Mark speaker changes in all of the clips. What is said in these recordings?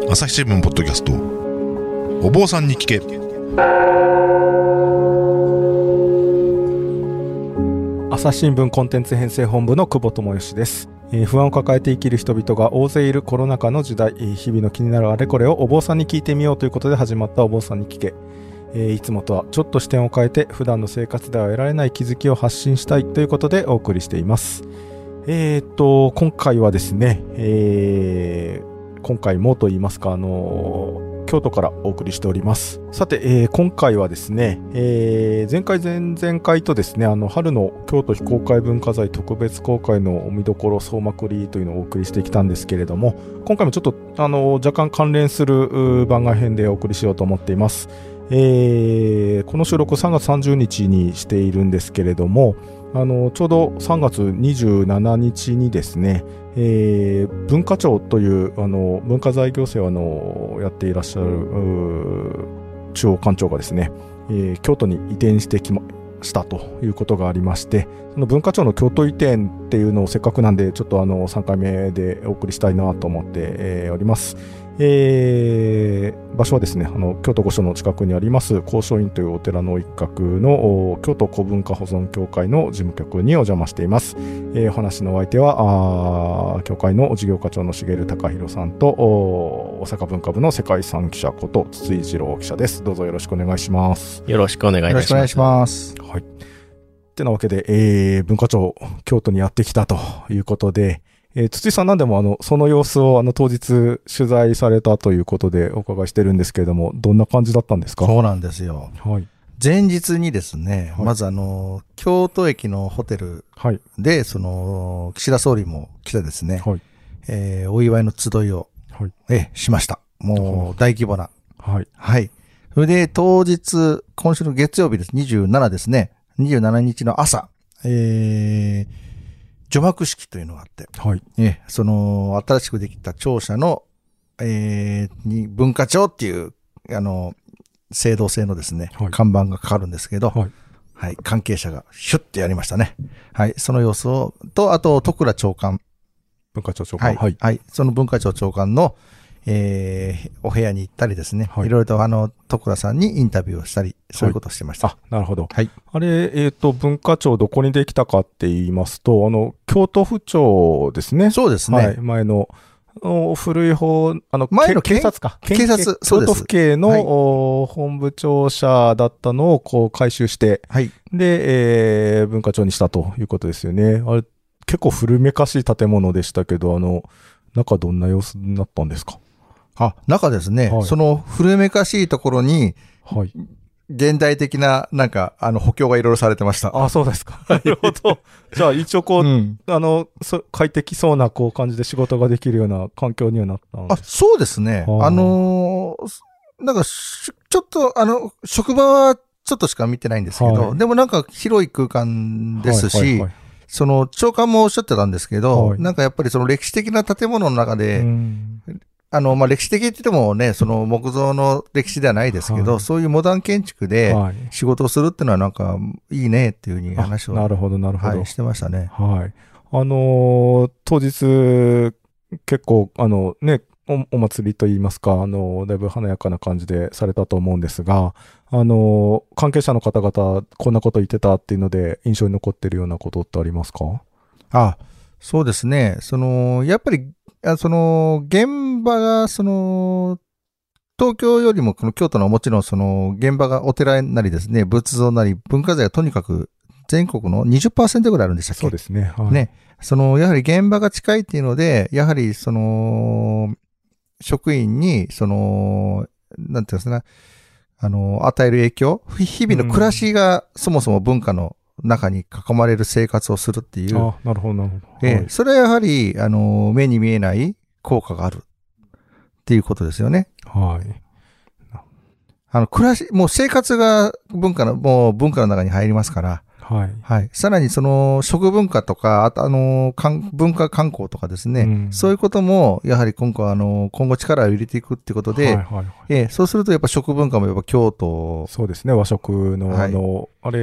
Speaker 1: 朝日新聞ポッドキャスト、お坊さんに聞け。
Speaker 2: 朝日新聞コンテンツ編成本部の久保智義です。不安を抱えて生きる人々が大勢いるコロナ禍の時代、日々の気になるあれこれをお坊さんに聞いてみようということで始まったお坊さんに聞け。いつもとはちょっと視点を変えて普段の生活では得られない気づきを発信したいということでお送りしています。今回はですね、今回もと言いますか、京都からお送りしております。さて、今回はですね、前回前々回とですね、春の京都非公開文化財特別公開の見どころ総まくりというのをお送りしてきたんですけれども、今回もちょっと若干関連する番外編でお送りしようと思っています。この収録3月30日にしているんですけれども、ちょうど3月27日にですね、文化庁という文化財行政をやっていらっしゃる中央官庁がですね、京都に移転してきましたということがありまして、その文化庁の京都移転っていうのをせっかくなんでちょっと3回目でお送りしたいなと思って、おります。場所はですね、京都御所の近くにあります高松院というお寺の一角の京都古文化保存協会の事務局にお邪魔しています。お話のお相手は協会の事業課長の重隆弘さんと大阪文化部の世界遺産記者こと筒井二郎記者です。どうぞよろしくお願いします。
Speaker 3: よろしくお願いいたします。
Speaker 4: よろしくお願いします。
Speaker 2: はい。ってなわけで、文化庁京都にやってきたということで、筒井さん、何でもその様子を当日取材されたということでお伺いしてるんですけれども、どんな感じだったんですか？
Speaker 4: そうなんですよ。
Speaker 2: はい。
Speaker 4: 前日にですね、
Speaker 2: はい、
Speaker 4: まず京都駅のホテルで、岸田総理も来てですね、はい、お祝いの集いを、はい、しました。もう大規模な。
Speaker 2: はい。
Speaker 4: はい。それで当日、今週の月曜日です。27ですね。27日の朝、除幕式というのがあって、はい、新しくできた庁舎の、に文化庁っていう、青銅製のですね、はい、看板がかかるんですけど、はい、はい、関係者がヒュッてやりましたね。はい、その様子を、あと、徳倉長官。
Speaker 2: 文化庁長官。
Speaker 4: はい。はいはい、その文化庁長官の、お部屋に行ったりですね、はい、いろいろと徳倉さんにインタビューをしたり、そういうことをしてました。
Speaker 2: はい、なるほど。
Speaker 4: はい。
Speaker 2: あれ、文化庁どこにできたかって言いますと、京都府庁ですね。
Speaker 4: そうですね。
Speaker 2: はい。前の、古い方、
Speaker 4: 前の
Speaker 2: 警察か。
Speaker 4: 警察、
Speaker 2: 京都府警の、はい、本部庁舎だったのをこう改修して、はい。で、文化庁にしたということですよね。あれ、結構古めかしい建物でしたけど、中どんな様子になったんですか？
Speaker 4: 中ですね、はい、その古めかしいところに、はい、現代的な、補強がいろいろされてました。
Speaker 2: あ、そうですか。なるほど。じゃあ、一応快適そうな、感じで仕事ができるような環境にはなったんですか？
Speaker 4: そうですね。ちょっと、職場はちょっとしか見てないんですけど、はい、でも広い空間ですし、はいはいはい、長官もおっしゃってたんですけど、はい、やっぱり歴史的な建物の中で、歴史的って言ってもね、木造の歴史ではないですけど、はい、そういうモダン建築で仕事をするっていうのはいいねっていうふうに話を。
Speaker 2: なるほど、なるほど。
Speaker 4: はい、してましたね。
Speaker 2: はい。当日、結構、お祭りといいますか、だいぶ華やかな感じでされたと思うんですが、関係者の方々、こんなこと言ってたっていうので、印象に残ってるようなことってありますか？
Speaker 4: そうですね。やっぱり、現場が、東京よりも、この京都のもちろん、現場がお寺なりですね、仏像なり、文化財がとにかく、全国の 20% ぐらいあるんでしたっけ？
Speaker 2: そうですね。はい、
Speaker 4: ね。やはり現場が近いっていうので、やはり、職員に、なんていうんですかね、与える影響、日々の暮らしが、そもそも文化の中に囲まれる生活をするっていう。
Speaker 2: なるほど、なるほど。はい、
Speaker 4: それはやはり、目に見えない効果があるっていうことですよね。
Speaker 2: はい。
Speaker 4: 暮らし、もう生活が文化の中に入りますから。はい。はい。さらに食文化とか、あと文化観光とかですね。そういうことも、やはり今後力を入れていくっていうことで、はい、そうするとやっぱ食文化もやっぱ京都。
Speaker 2: そうですね、和食の、はい、あれ、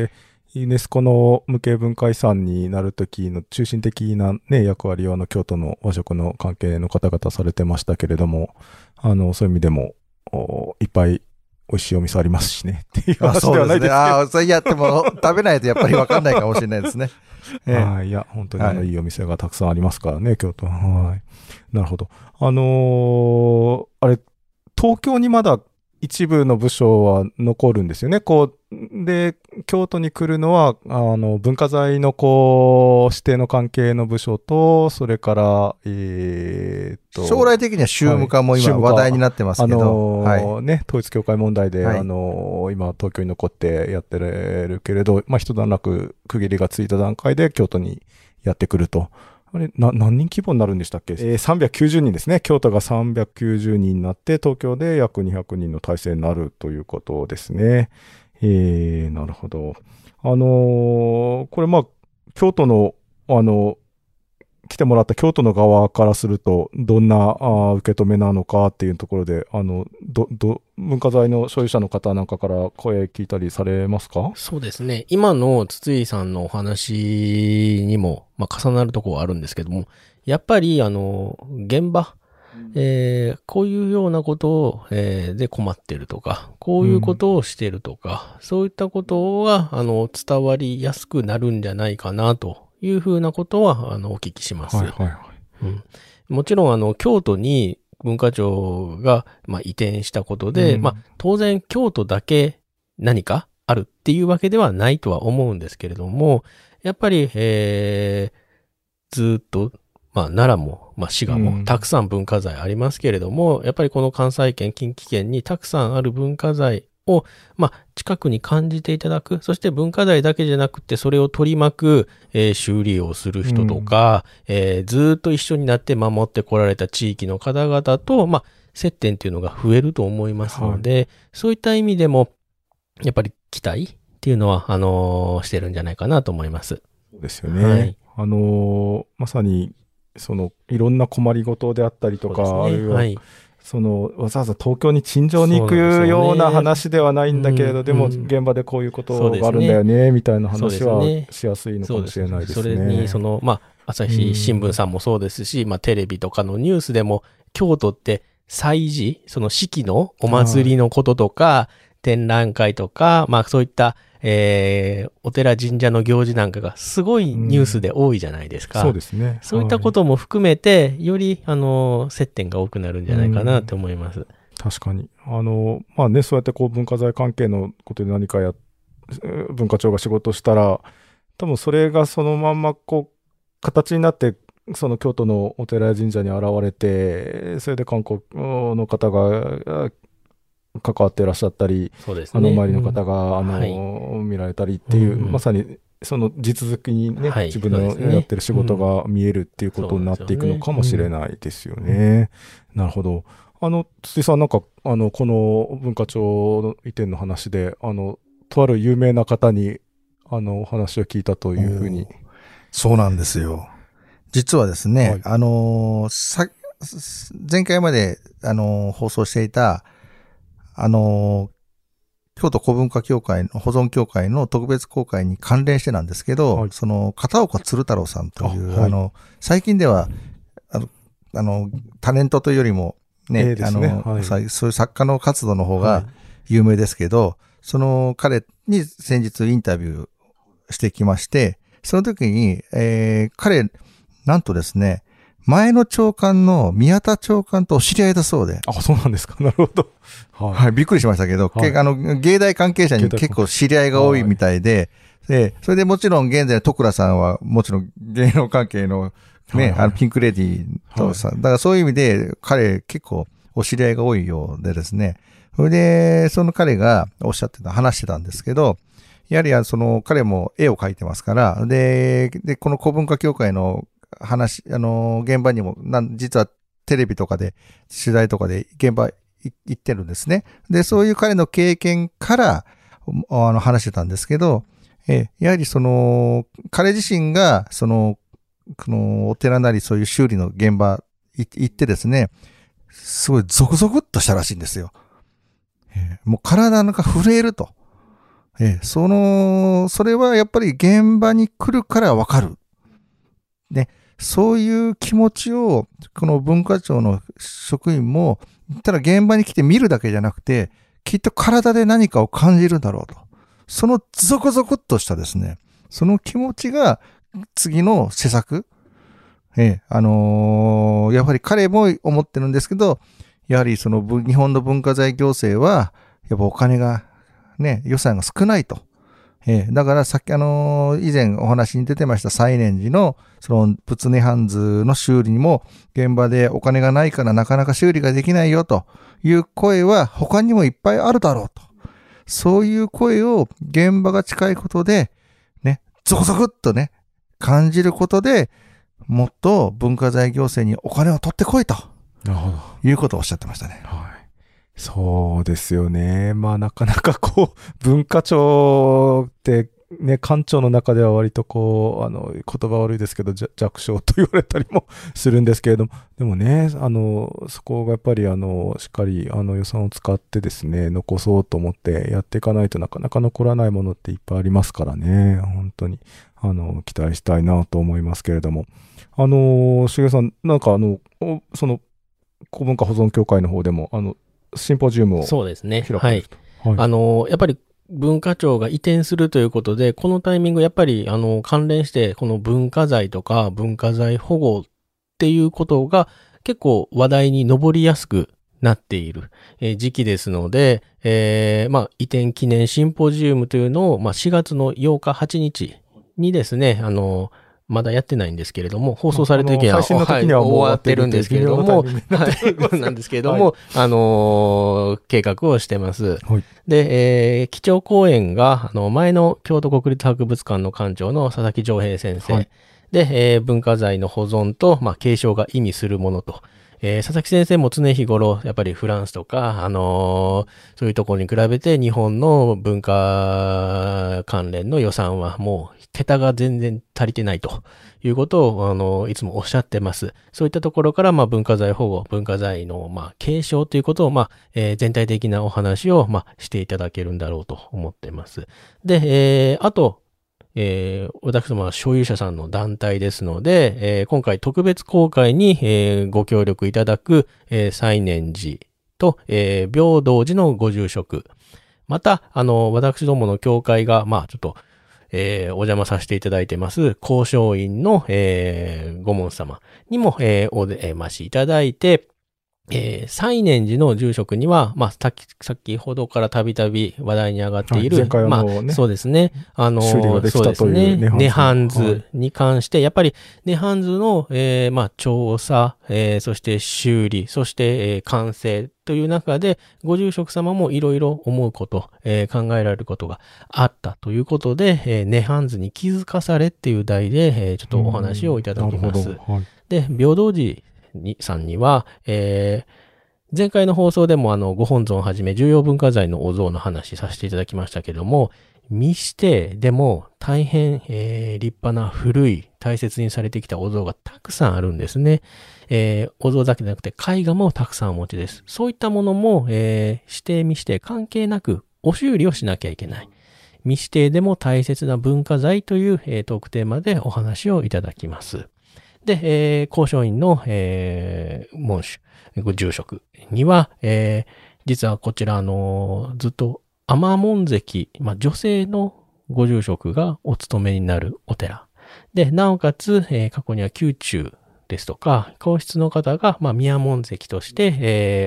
Speaker 2: ユネスコの無形文化遺産になるときの中心的なね、役割を京都の和食の関係の方々されてましたけれども、そういう意味でも、いっぱい美味しいお店ありますしね、っていう話ではないですけど。
Speaker 4: そうやっても食べないとやっぱり分かんないかもしれないですね。
Speaker 2: はい。いや、本当にいいお店がたくさんありますからね、京都。はい。なるほど。あれ、東京にまだ一部の部署は残るんですよね。で、京都に来るのは、文化財の指定の関係の部署と、それから、
Speaker 4: 将来的には宗務課も今話題になってますけど、
Speaker 2: ね、統一教会問題で、今東京に残ってやってるけれど、一段落区切りがついた段階で京都にやってくると。あれ、何人規模になるんでしたっけ？390人ですね。京都が390人になって、東京で約200人の体制になるということですね。なるほど。これ京都の、来てもらった京都の側からすると、どんな受け止めなのかっていうところで、文化財の所有者の方なんかから声聞いたりされますか？
Speaker 3: そうですね。今の筒井さんのお話にも、重なるところはあるんですけども、やっぱり、現場、こういうようなことを、で困ってるとか、こういうことをしてるとか、そういったことが、伝わりやすくなるんじゃないかなというふうなことは、お聞きします。もちろん、京都に文化庁が、移転したことで、当然、京都だけ何かあるっていうわけではないとは思うんですけれども、やっぱり、ずっと、奈良も、滋賀も、たくさん文化財ありますけれども、やっぱりこの関西圏、近畿圏にたくさんある文化財を、近くに感じていただく。そして文化財だけじゃなくて、それを取り巻く、修理をする人とか、ずっと一緒になって守ってこられた地域の方々と、接点っていうのが増えると思いますので、そういった意味でも、やっぱり期待っていうのは、してるんじゃないかなと思います。
Speaker 2: そうですよね。まさに、いろんな困りごとであったりとか、あるいは、わざわざ東京に陳情に行くような話ではないんだけれど、でも現場でこういうことがあるんだよね、みたいな話はしやすいのかもしれないですね。
Speaker 3: それに、朝日新聞さんもそうですし、テレビとかのニュースでも、京都って祭事、四季のお祭りのこととか、展覧会とか、そういった、お寺神社の行事なんかがすごいニュースで多いじゃないですか。
Speaker 2: そうですね。
Speaker 3: そういったことも含めて、より、接点が多くなるんじゃないかなと思います。
Speaker 2: 確かに。そうやって文化財関係のことで何か文化庁が仕事したら、多分それがそのまんま形になって、京都のお寺や神社に現れて、それで観光の方が、関わっていらっしゃったり、周りの方が、見られたりっていう、まさにその地続きにね、自分のやってる仕事が見えるっていうことになっていくのかもしれないですよね。なるほど。筒井さんこの文化庁の移転の話で、とある有名な方に、お話を聞いたというふうに。
Speaker 4: そうなんですよ。実はですね、前回まで、放送していた、京都古文化協会の保存協会の特別公開に関連してなんですけど、片岡鶴太郎さんという、最近では、タレントというよりも、ね、そういう作家の活動の方が有名ですけど、その彼に先日インタビューしてきまして、その時に、彼、なんとですね、前の長官の宮田長官とお知り合いだそうで。
Speaker 2: そうなんですか。なるほど。
Speaker 4: はい、びっくりしましたけど、芸大関係者に結構知り合いが多いみたいで、それでもちろん現在の徳倉さんはもちろん芸能関係のね、ピンクレディーとさ、だからそういう意味で彼結構お知り合いが多いようでですね、それで、その彼が話してたんですけど、やはり彼も絵を描いてますから、で、この古文化協会の話、現場にも、実はテレビとかで、取材とかで現場行ってるんですね。で、そういう彼の経験から、話してたんですけど、やはり彼自身が、お寺なりそういう修理の現場行ってですね、すごいゾクゾクっとしたらしいんですよ。もう体が震えると。 それはやっぱり現場に来るからわかる。ね。そういう気持ちを、この文化庁の職員も、ただ現場に来て見るだけじゃなくて、きっと体で何かを感じるんだろうと。そのゾクゾクっとしたですね、その気持ちが次の施策、やはり彼も思ってるんですけど、やはりその日本の文化財行政は、やっぱお金がね、予算が少ないと。だからさっき以前お話に出てました西念寺のその仏涅槃図の修理にも現場でお金がないからなかなか修理ができないよという声は他にもいっぱいあるだろうと。そういう声を現場が近いことでね、ゾクゾクっとね、感じることでもっと文化財行政にお金を取ってこいと。
Speaker 2: なるほど。
Speaker 4: いうことをおっしゃってましたね。
Speaker 2: はい。そうですよね。まあなかなかこう、文化庁ってね、官庁の中では割とこう、言葉悪いですけど、弱小と言われたりもするんですけれども、でもね、そこがやっぱりしっかり予算を使ってですね、残そうと思ってやっていかないとなかなか残らないものっていっぱいありますからね、本当に、期待したいなと思いますけれども。しげさん、なんかその、古文化保存協会の方でも、シンポジウムを
Speaker 3: そうですね。
Speaker 2: 開かれると。
Speaker 3: はい。やっぱり文化庁が移転するということで、このタイミングやっぱり関連して、この文化財とか文化財保護っていうことが結構話題に上りやすくなっている、時期ですので、移転記念シンポジウムというのを、4月の8日、8日にですね、まだやってないんですけれども、放送されてる時には、
Speaker 2: 配信の時にはもう
Speaker 3: 終わってるんですけれども、なんですけれども、計画をしてます。
Speaker 2: はい、
Speaker 3: で、基調講演が、前の京都国立博物館の館長の佐々木丈平先生、はい、で、文化財の保存と、継承が意味するものと、佐々木先生も常日頃、やっぱりフランスとか、そういうところに比べて日本の文化関連の予算はもう桁が全然足りてないということを、いつもおっしゃってます。そういったところから、文化財保護、文化財の、継承ということを、全体的なお話を、していただけるんだろうと思ってます。で、あと、私どもは所有者さんの団体ですので、今回特別公開に、ご協力いただく、西念寺と、平等寺のご住職。また、私どもの教会が、ちょっと、お邪魔させていただいてます、高尚院の、ご門様にも、お出ましいただいて、西念寺の住職には、先ほどからたびたび話題に上がっている、
Speaker 2: 前回ね、
Speaker 3: そうですね。
Speaker 2: 修理ができたという
Speaker 3: 涅槃図に関して、やっぱり涅槃図の、調査、そして修理、そして、完成という中で、ご住職様もいろいろ思うこと、考えられることがあったということで、涅槃図に気づかされっていう題で、ちょっとお話をいただきます。で、平等寺さんには、前回の放送でもご本尊をはじめ重要文化財のお像の話させていただきましたけども、未指定でも大変、立派な古い大切にされてきたお像がたくさんあるんですね。お像だけでなくて絵画もたくさんお持ちです。そういったものも、指定未指定関係なくお修理をしなきゃいけない。未指定でも大切な文化財という、トークテーマでお話をいただきます。で、高尚院の、門主、ご住職には、実はこちらずっと天門関、女性のご住職がお勤めになるお寺。で、なおかつ、過去には宮中ですとか、皇室の方が、宮門関として、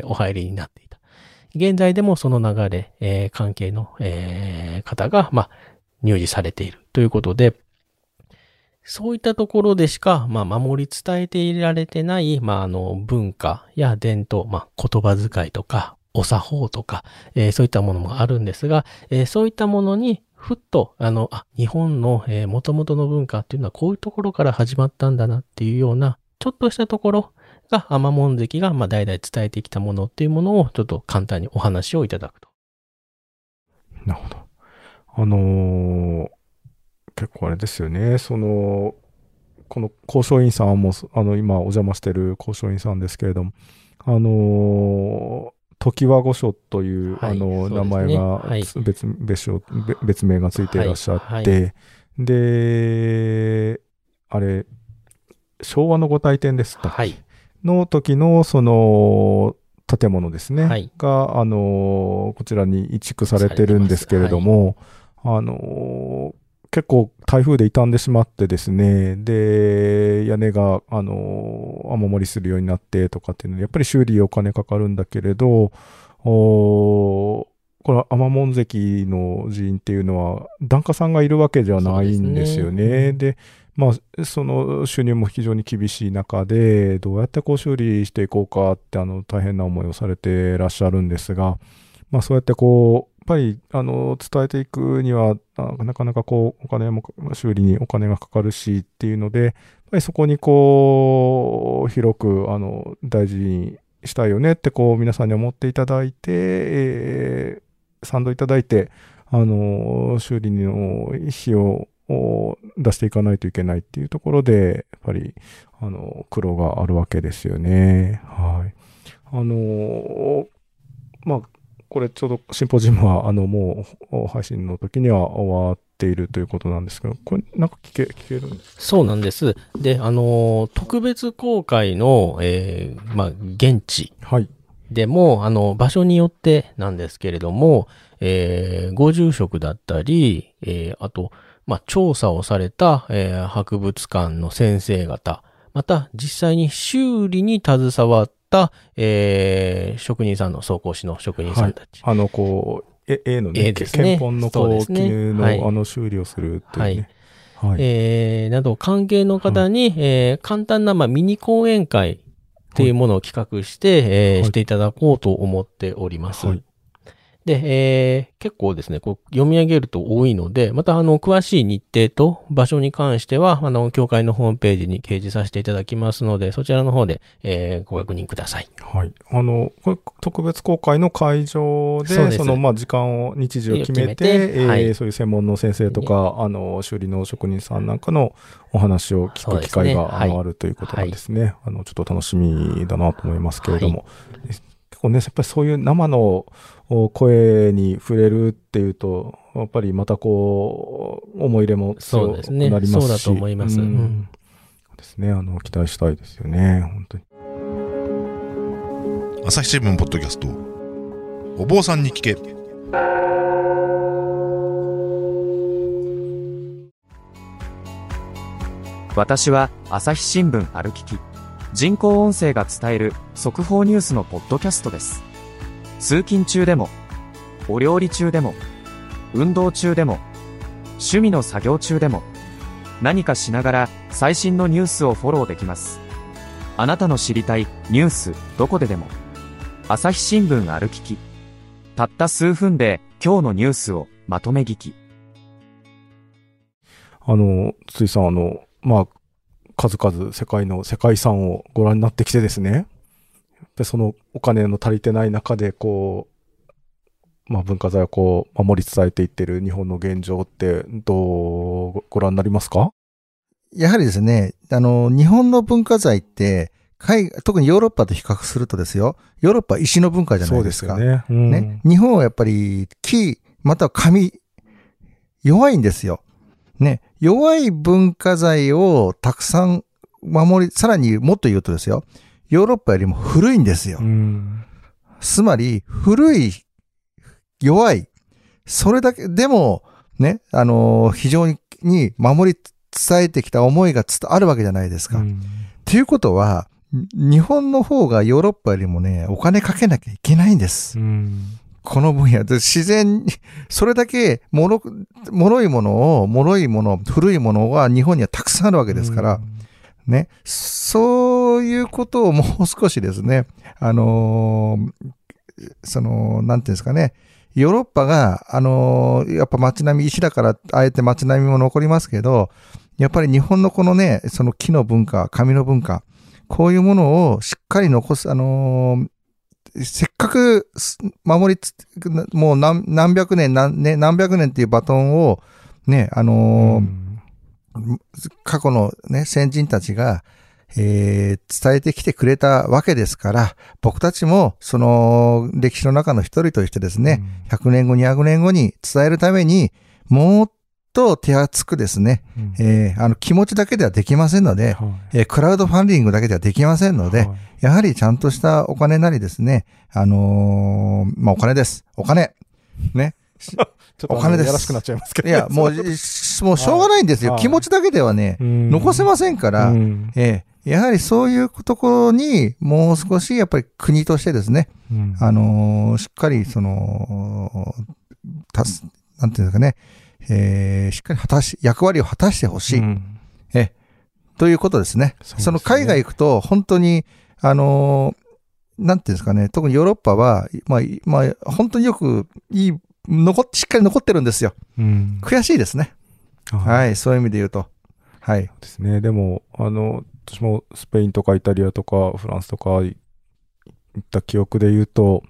Speaker 3: お入りになっていた。現在でもその流れ、関係の、方が、入寺されているということで、そういったところでしか、守り伝えていられてない、文化や伝統、言葉遣いとか、お作法とか、そういったものもあるんですが、そういったものに、ふっと、日本の、元々の文化っていうのはこういうところから始まったんだなっていうような、ちょっとしたところが、天門関が、代々伝えてきたものっていうものを、ちょっと簡単にお話をいただくと。
Speaker 2: なるほど。結構あれですよね。この高尚院さんも、今お邪魔してる高尚院さんですけれども、 常盤御所という、
Speaker 3: はいそうですね
Speaker 2: 名前が、
Speaker 3: はい
Speaker 2: 別名がついていらっしゃって、で、あれ、昭和のご大典ですったっけ、
Speaker 3: はい。
Speaker 2: の時の、その、建物ですね。
Speaker 3: はい
Speaker 2: が、こちらに移築されてるんですけれども、結構台風で傷んでしまってですね、で、屋根が、雨漏りするようになってとかっていうので、やっぱり修理お金かかるんだけれど、これは天門関の寺院っていうのは、檀家さんがいるわけじゃないんですよね。で、まあ、その収入も非常に厳しい中で、どうやってこう修理していこうかって、大変な思いをされてらっしゃるんですが、まあ、そうやってこう、やっぱり、伝えていくには、なかなかこう、お金も、修理にお金がかかるしっていうので、やっぱりそこにこう、広く、大事にしたいよねって、こう、皆さんに思っていただいて、賛同いただいて、修理の費用を出していかないといけないっていうところで、やっぱり、苦労があるわけですよね。はい。まあ、これちょうどシンポジウムは、もう配信の時には終わっているということなんですけど、これなんか聞けるんですか？
Speaker 3: そうなんです。で、特別公開の、現地
Speaker 2: はい。
Speaker 3: でも、場所によってなんですけれども、ご住職だったり、あと、調査をされた、博物館の先生方、また実際に修理に携わった、職人さんの装甲師の職人さんたち。
Speaker 2: こう、絵のね、
Speaker 3: 絵ですね
Speaker 2: 鍵本のこう、
Speaker 3: そうですね
Speaker 2: 絹の、
Speaker 3: はい
Speaker 2: 修理をするっていうね。はい。
Speaker 3: など関係の方に、簡単な、ミニ講演会っていうものを企画して、していただこうと思っております。
Speaker 2: はい
Speaker 3: で、結構ですね、こう読み上げると多いので、また詳しい日程と場所に関しては、協会のホームページに掲示させていただきますので、そちらの方で、ご確認ください。
Speaker 2: はい。これ特別公開の会場で、
Speaker 3: そうです
Speaker 2: 時間を、日時を決め
Speaker 3: 決め
Speaker 2: て、
Speaker 3: てはい
Speaker 2: そういう専門の先生とか、修理の職人さんなんかのお話を聞く機会が、
Speaker 3: そうですねはい
Speaker 2: あるということなんですね。ちょっと楽しみだなと思いますけれども。結構ね、やっぱりそういう生の声に触れるっていうと、やっぱりまたこう、思い入れも強くなりますし。
Speaker 3: そうだと思います。
Speaker 2: そうですね。期待したいですよね。本当に。
Speaker 1: 朝日新聞ポッドキャスト、お坊さんに聞け。
Speaker 5: 私は朝日新聞ある聞き。人工音声が伝える速報ニュースのポッドキャストです。通勤中でも、お料理中でも、運動中でも、趣味の作業中でも、何かしながら最新のニュースをフォローできます。あなたの知りたいニュースどこででも。朝日新聞ある聞き。たった数分で今日のニュースをまとめ聞き。
Speaker 2: 筒井さん、数々世界の世界遺産をご覧になってきてですね、やっぱりそのお金の足りてない中でこう、文化財をこう守り伝えていってる日本の現状ってどうご覧になりますか？
Speaker 4: やはりですね、日本の文化財って、特にヨーロッパと比較するとですよ、ヨーロッパは石の文化じゃないですか。
Speaker 2: そうですよね。
Speaker 4: ね。日本はやっぱり木、または紙、弱いんですよ。ね。弱い文化財をたくさんさらにもっと言うとですよ、ヨーロッパよりも古いんですよ。つまり、古い、弱い、それだけ、でも、ね、非常に守り伝えてきた思いがあるわけじゃないですか。ということは、日本の方がヨーロッパよりもね、お金かけなきゃいけないんです。この分野で自然に、それだけ脆いもの、古いものは日本にはたくさんあるわけですから、ね、そういうことをもう少しですね、なんていうんですかね、ヨーロッパが、やっぱ街並み石だから、あえて街並みも残りますけど、やっぱり日本のこのね、その木の文化、紙の文化、こういうものをしっかり残す、せっかくもう何百年っていうバトンをね、過去のね、先人たちが伝えてきてくれたわけですから、僕たちもその歴史の中の一人としてですね、100年後、200年後に伝えるために、もっと手厚くですね、気持ちだけではできませんので、クラウドファンディングだけではできませんので、やはりちゃんとしたお金なりですね、お金です。お金。ね。
Speaker 2: ちょっとお金です。やらしくなっちゃいますけど、ね。
Speaker 4: いや、もうしょうがないんですよ。気持ちだけではね、残せませんから、やはりそういうところにもう少しやっぱり国としてですね、しっかりなんていうんですかね、しっかり役割を果たしてほしい、ということですね。その海外行くと本当になんていうんですかね、特にヨーロッパは本当によくしっかり残ってるんですよ。悔しいですね。はい、そういう意味で言うと、はい
Speaker 2: ですね。でも私もスペインとかイタリアとかフランスとか行った記憶で言うと、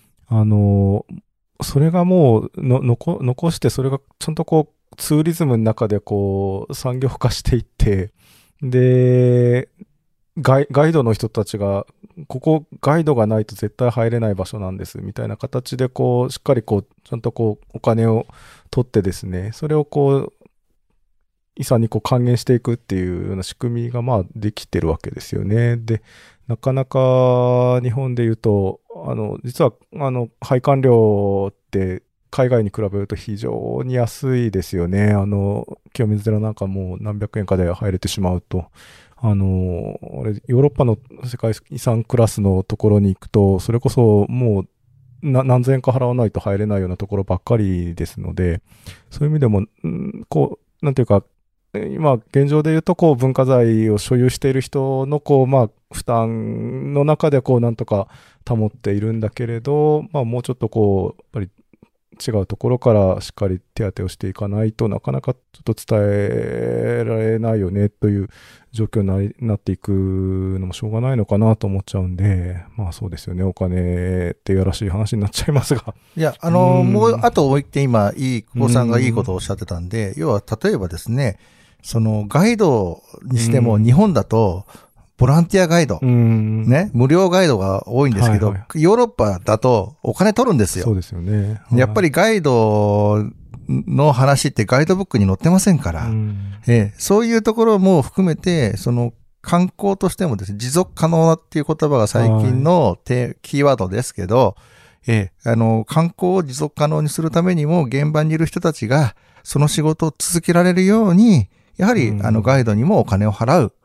Speaker 2: それがもう残して、それがちゃんとこうツーリズムの中でこう産業化していって、でガイドの人たちがここガイドがないと絶対入れない場所なんですみたいな形でこうしっかりこうちゃんとこうお金を取ってですね、それをこう遺産にこう還元していくっていうような仕組みがまあできてるわけですよね。で、なかなか日本で言うと実は配管料って海外に比べると非常に安いですよね。清水寺なんかもう何百円かで入れてしまうと、ヨーロッパの世界遺産クラスのところに行くと、それこそもう何千円か払わないと入れないようなところばっかりですので、そういう意味でもこうなんていうか、今現状で言うとこう文化財を所有している人のこう負担の中でこうなんとか保っているんだけれど、もうちょっとこうやっぱり違うところからしっかり手当てをしていかないとなかなかちょっと伝えられないよねという状況になっていくのもしょうがないのかなと思っちゃうんで、そうですよね、お金ってやらしい話になっちゃいますが、
Speaker 4: いやもうあと置いて今久保さんがいいことをおっしゃってたんで、要は例えばですね、そのガイドにしても日本だとボランティアガイド、ね、無料ガイドが多いんですけど、ヨーロッパだとお金取るんですよ。
Speaker 2: そうですよね。
Speaker 4: やっぱりガイドの話ってガイドブックに載ってませんから、そういうところも含めて、その観光としてもですね、持続可能っていう言葉が最近のキーワードですけど、観光を持続可能にするためにも現場にいる人たちがその仕事を続けられるように、やはりガイドにもお金を払う。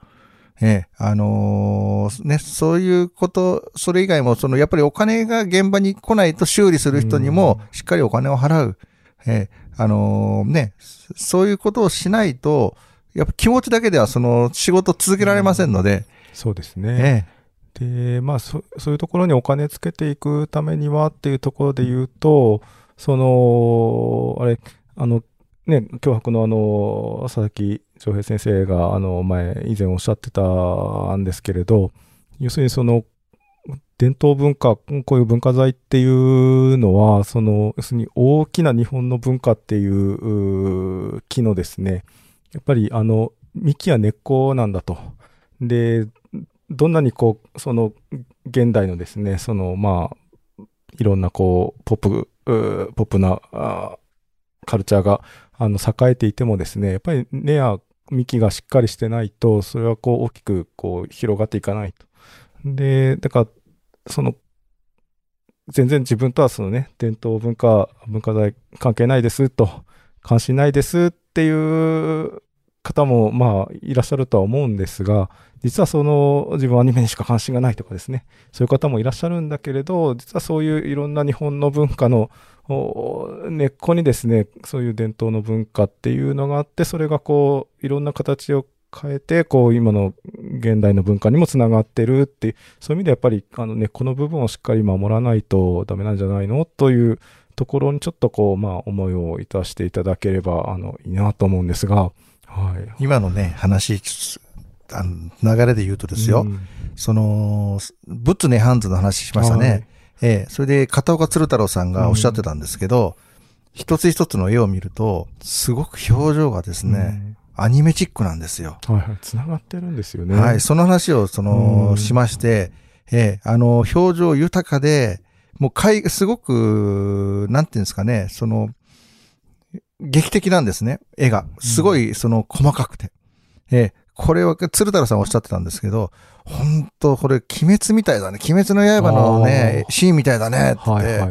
Speaker 4: そういうこと、それ以外も、やっぱりお金が現場に来ないと修理する人にもしっかりお金を払う。そういうことをしないと、やっぱ気持ちだけではその仕事を続けられませんので。
Speaker 2: そうですね。で、そういうところにお金つけていくためにはっていうところで言うと、脅迫の佐々木長平先生が以前おっしゃってたんですけれど、要するにその伝統文化、こういう文化財っていうのは、要するに大きな日本の文化っていう木のですね、やっぱり幹や根っこなんだと。で、どんなにこう現代のですね、いろんなこうポップなカルチャーが栄えていてもですね、やっぱり根や幹がしっかりしてないと、それはこう大きくこう広がっていかないと。で、だから全然自分とは伝統文化財関係ないですと、関心ないですっていう方もいらっしゃるとは思うんですが、実は自分はアニメにしか関心がないとかですね、そういう方もいらっしゃるんだけれど、実はそういういろんな日本の文化の根っこにですね、そういう伝統の文化っていうのがあって、それがこういろんな形を変えてこう今の現代の文化にもつながってるっていう、そういう意味でやっぱり根っこの部分をしっかり守らないとダメなんじゃないのというところにちょっとこう思いをいたしていただければいいなと思うんですが、
Speaker 4: 今のね話流れで言うとですよ、仏涅槃図の話しましたね。それで片岡鶴太郎さんがおっしゃってたんですけど、一つ一つの絵を見るとすごく表情がですね、 アニメチックなんですよ。
Speaker 2: はいはい。繋がってるんですよね。
Speaker 4: はい。その話を、しまして、表情豊かで、もうすごく、なんていうんですかね、劇的なんですね。絵が。すごい、細かくて。これは、鶴太郎さんおっしゃってたんですけど、本当これ、鬼滅みたいだね。鬼滅の刃のね、シーンみたいだね、って言って。はいはいはい。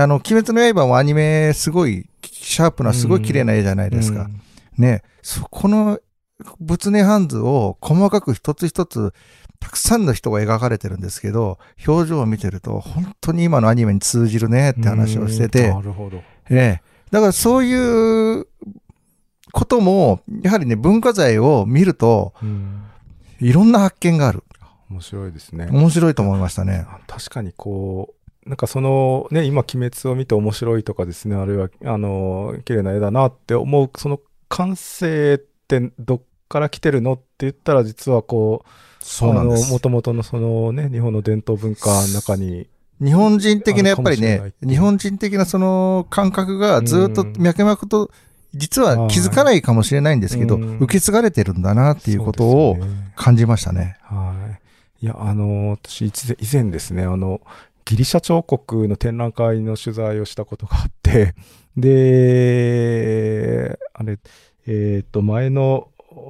Speaker 4: 鬼滅の刃もアニメ、すごい、シャープな、すごい綺麗な絵じゃないですか。ね。そこの、仏音ハンズを細かく一つ一つ、たくさんの人が描かれてるんですけど、表情を見てると、本当に今のアニメに通じるねって話をしてて。
Speaker 2: なるほど。
Speaker 4: だからそういうことも、やはりね、文化財を見ると、いろんな発見がある。
Speaker 2: 面白いですね。
Speaker 4: 面白いと思いましたね。
Speaker 2: 確かになんかね、今、鬼滅を見て面白いとかですね、あるいは、綺麗な絵だなって思う、その感性ってどっから来てるのって言ったら、実は
Speaker 4: そうなんです。
Speaker 2: 元々のね、日本の伝統文化の中に。
Speaker 4: 日本人的な、やっぱりね、日本人的な感覚がずっと脈々と、実は気づかないかもしれないんですけど、受け継がれてるんだなっていうことを感じましたね。
Speaker 2: はい。いや、私、以前ですね、ギリシャ彫刻の展覧会の取材をしたことがあって、で、前の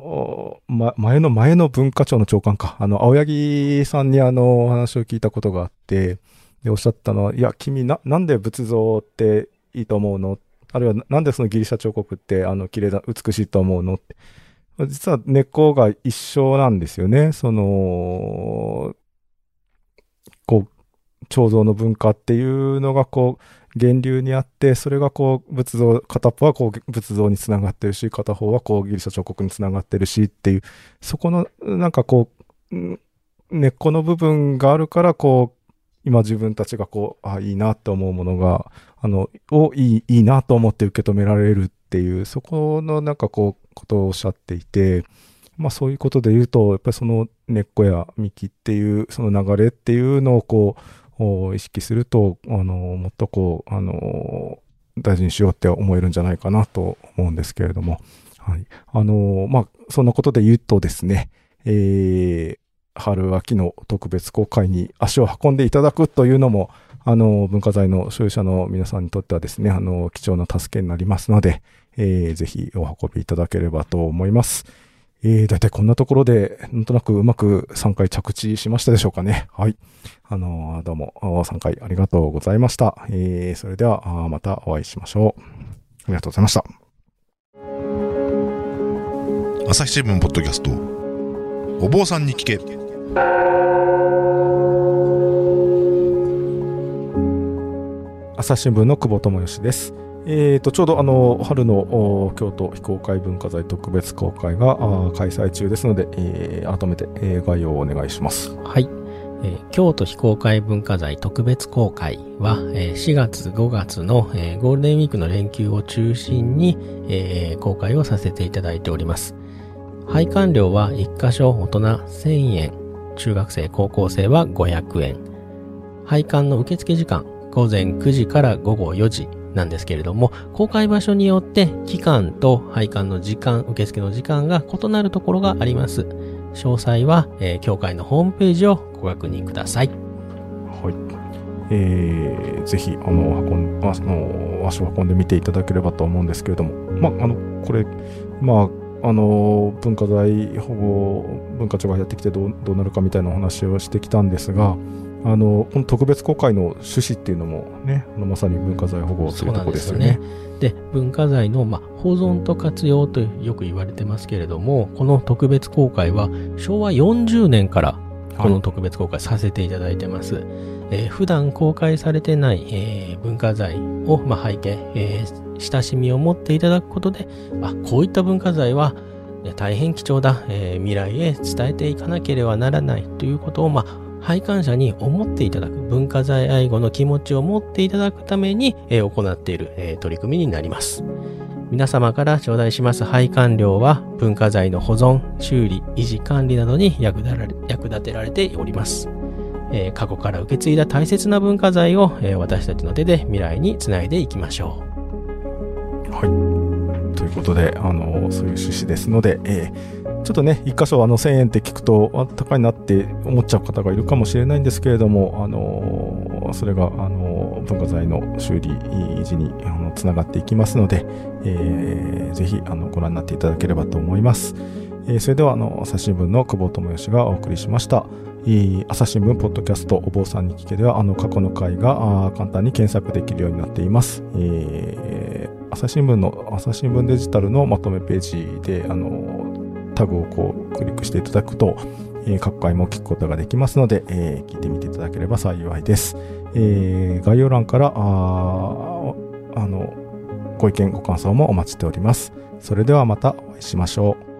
Speaker 2: 文化庁の長官か、青柳さんにお話を聞いたことがあって、で、おっしゃったのは、いや、君なんで仏像っていいと思うの？あるいはなんでそのギリシャ彫刻って綺麗だ、美しいと思うのって。実は根っこが一緒なんですよね。彫像の文化っていうのが源流にあって、それが仏像、片っぽは仏像につながってるし、片方はギリシャ彫刻につながってるしっていう、そこのなんか根っこの部分があるから今自分たちがいいなと思うものが、いいなと思って受け止められるっていう、そこのなんかことをおっしゃっていて、まあそういうことで言うと、やっぱりその根っこや幹っていう、その流れっていうのを意識すると、もっと大事にしようって思えるんじゃないかなと思うんですけれども、はい。まあ、そんなことで言うとですね、春秋の特別公開に足を運んでいただくというのも、文化財の所有者の皆さんにとってはですね、貴重な助けになりますので、ぜひお運びいただければと思います。だいたいこんなところで、なんとなくうまく3回着地しましたでしょうかね。はい。どうも3回ありがとうございました。それでは、またお会いしましょう。ありがとうございました。
Speaker 1: 朝日新聞ポッドキャスト、お坊さんに聞け。
Speaker 2: 朝日新聞の久保智義です。ちょうど春の京都非公開文化財特別公開が開催中ですので、改めて概要をお願いします。
Speaker 3: はい。京都非公開文化財特別公開は、4月5月の、ゴールデンウィークの連休を中心に、公開をさせていただいております。拝観料は1箇所大人1000円、中学生高校生は500円。拝観の受付時間午前9時から午後4時なんですけれども、公開場所によって期間と拝観の時間、受付の時間が異なるところがあります。詳細は、協会のホームページをご確認ください。
Speaker 2: はい。ぜひ足を運んでみていただければと思うんですけれども、これ文化財保護文化庁がやってきてどうなるかみたいなお話をしてきたんですが、この特別公開の趣旨っていうのもね、まさに文化財保護というところですよね。
Speaker 3: で、文化財の、保存と活用とよく言われてますけれども、この特別公開は昭和40年からこの特別公開させていただいてます。普段公開されてない、文化財を、拝見、親しみを持っていただくことで、こういった文化財は大変貴重だ、未来へ伝えていかなければならないということを、拝観者に思っていただく、文化財愛護の気持ちを持っていただくために、行っている、取り組みになります。皆様から頂戴します拝観料は文化財の保存、修理、維持管理などに役立てられております。過去から受け継いだ大切な文化財を、私たちの手で未来につないでいきましょう。
Speaker 2: はい。 ということで、そういう趣旨ですので、ちょっとね、一箇所1000円って聞くと高いなって思っちゃう方がいるかもしれないんですけれども、それが文化財の修理維持につながっていきますので、ぜひご覧になっていただければと思います。それでは朝日新聞の久保智義がお送りしました。朝日新聞ポッドキャストお坊さんに聞けでは過去の回が簡単に検索できるようになっています。朝日新聞の朝日新聞デジタルのまとめページでタグをクリックしていただくと、各回も聞くことができますので、聞いてみていただければ幸いです。概要欄からご意見ご感想もお待ちしております。それではまたお会いしましょう。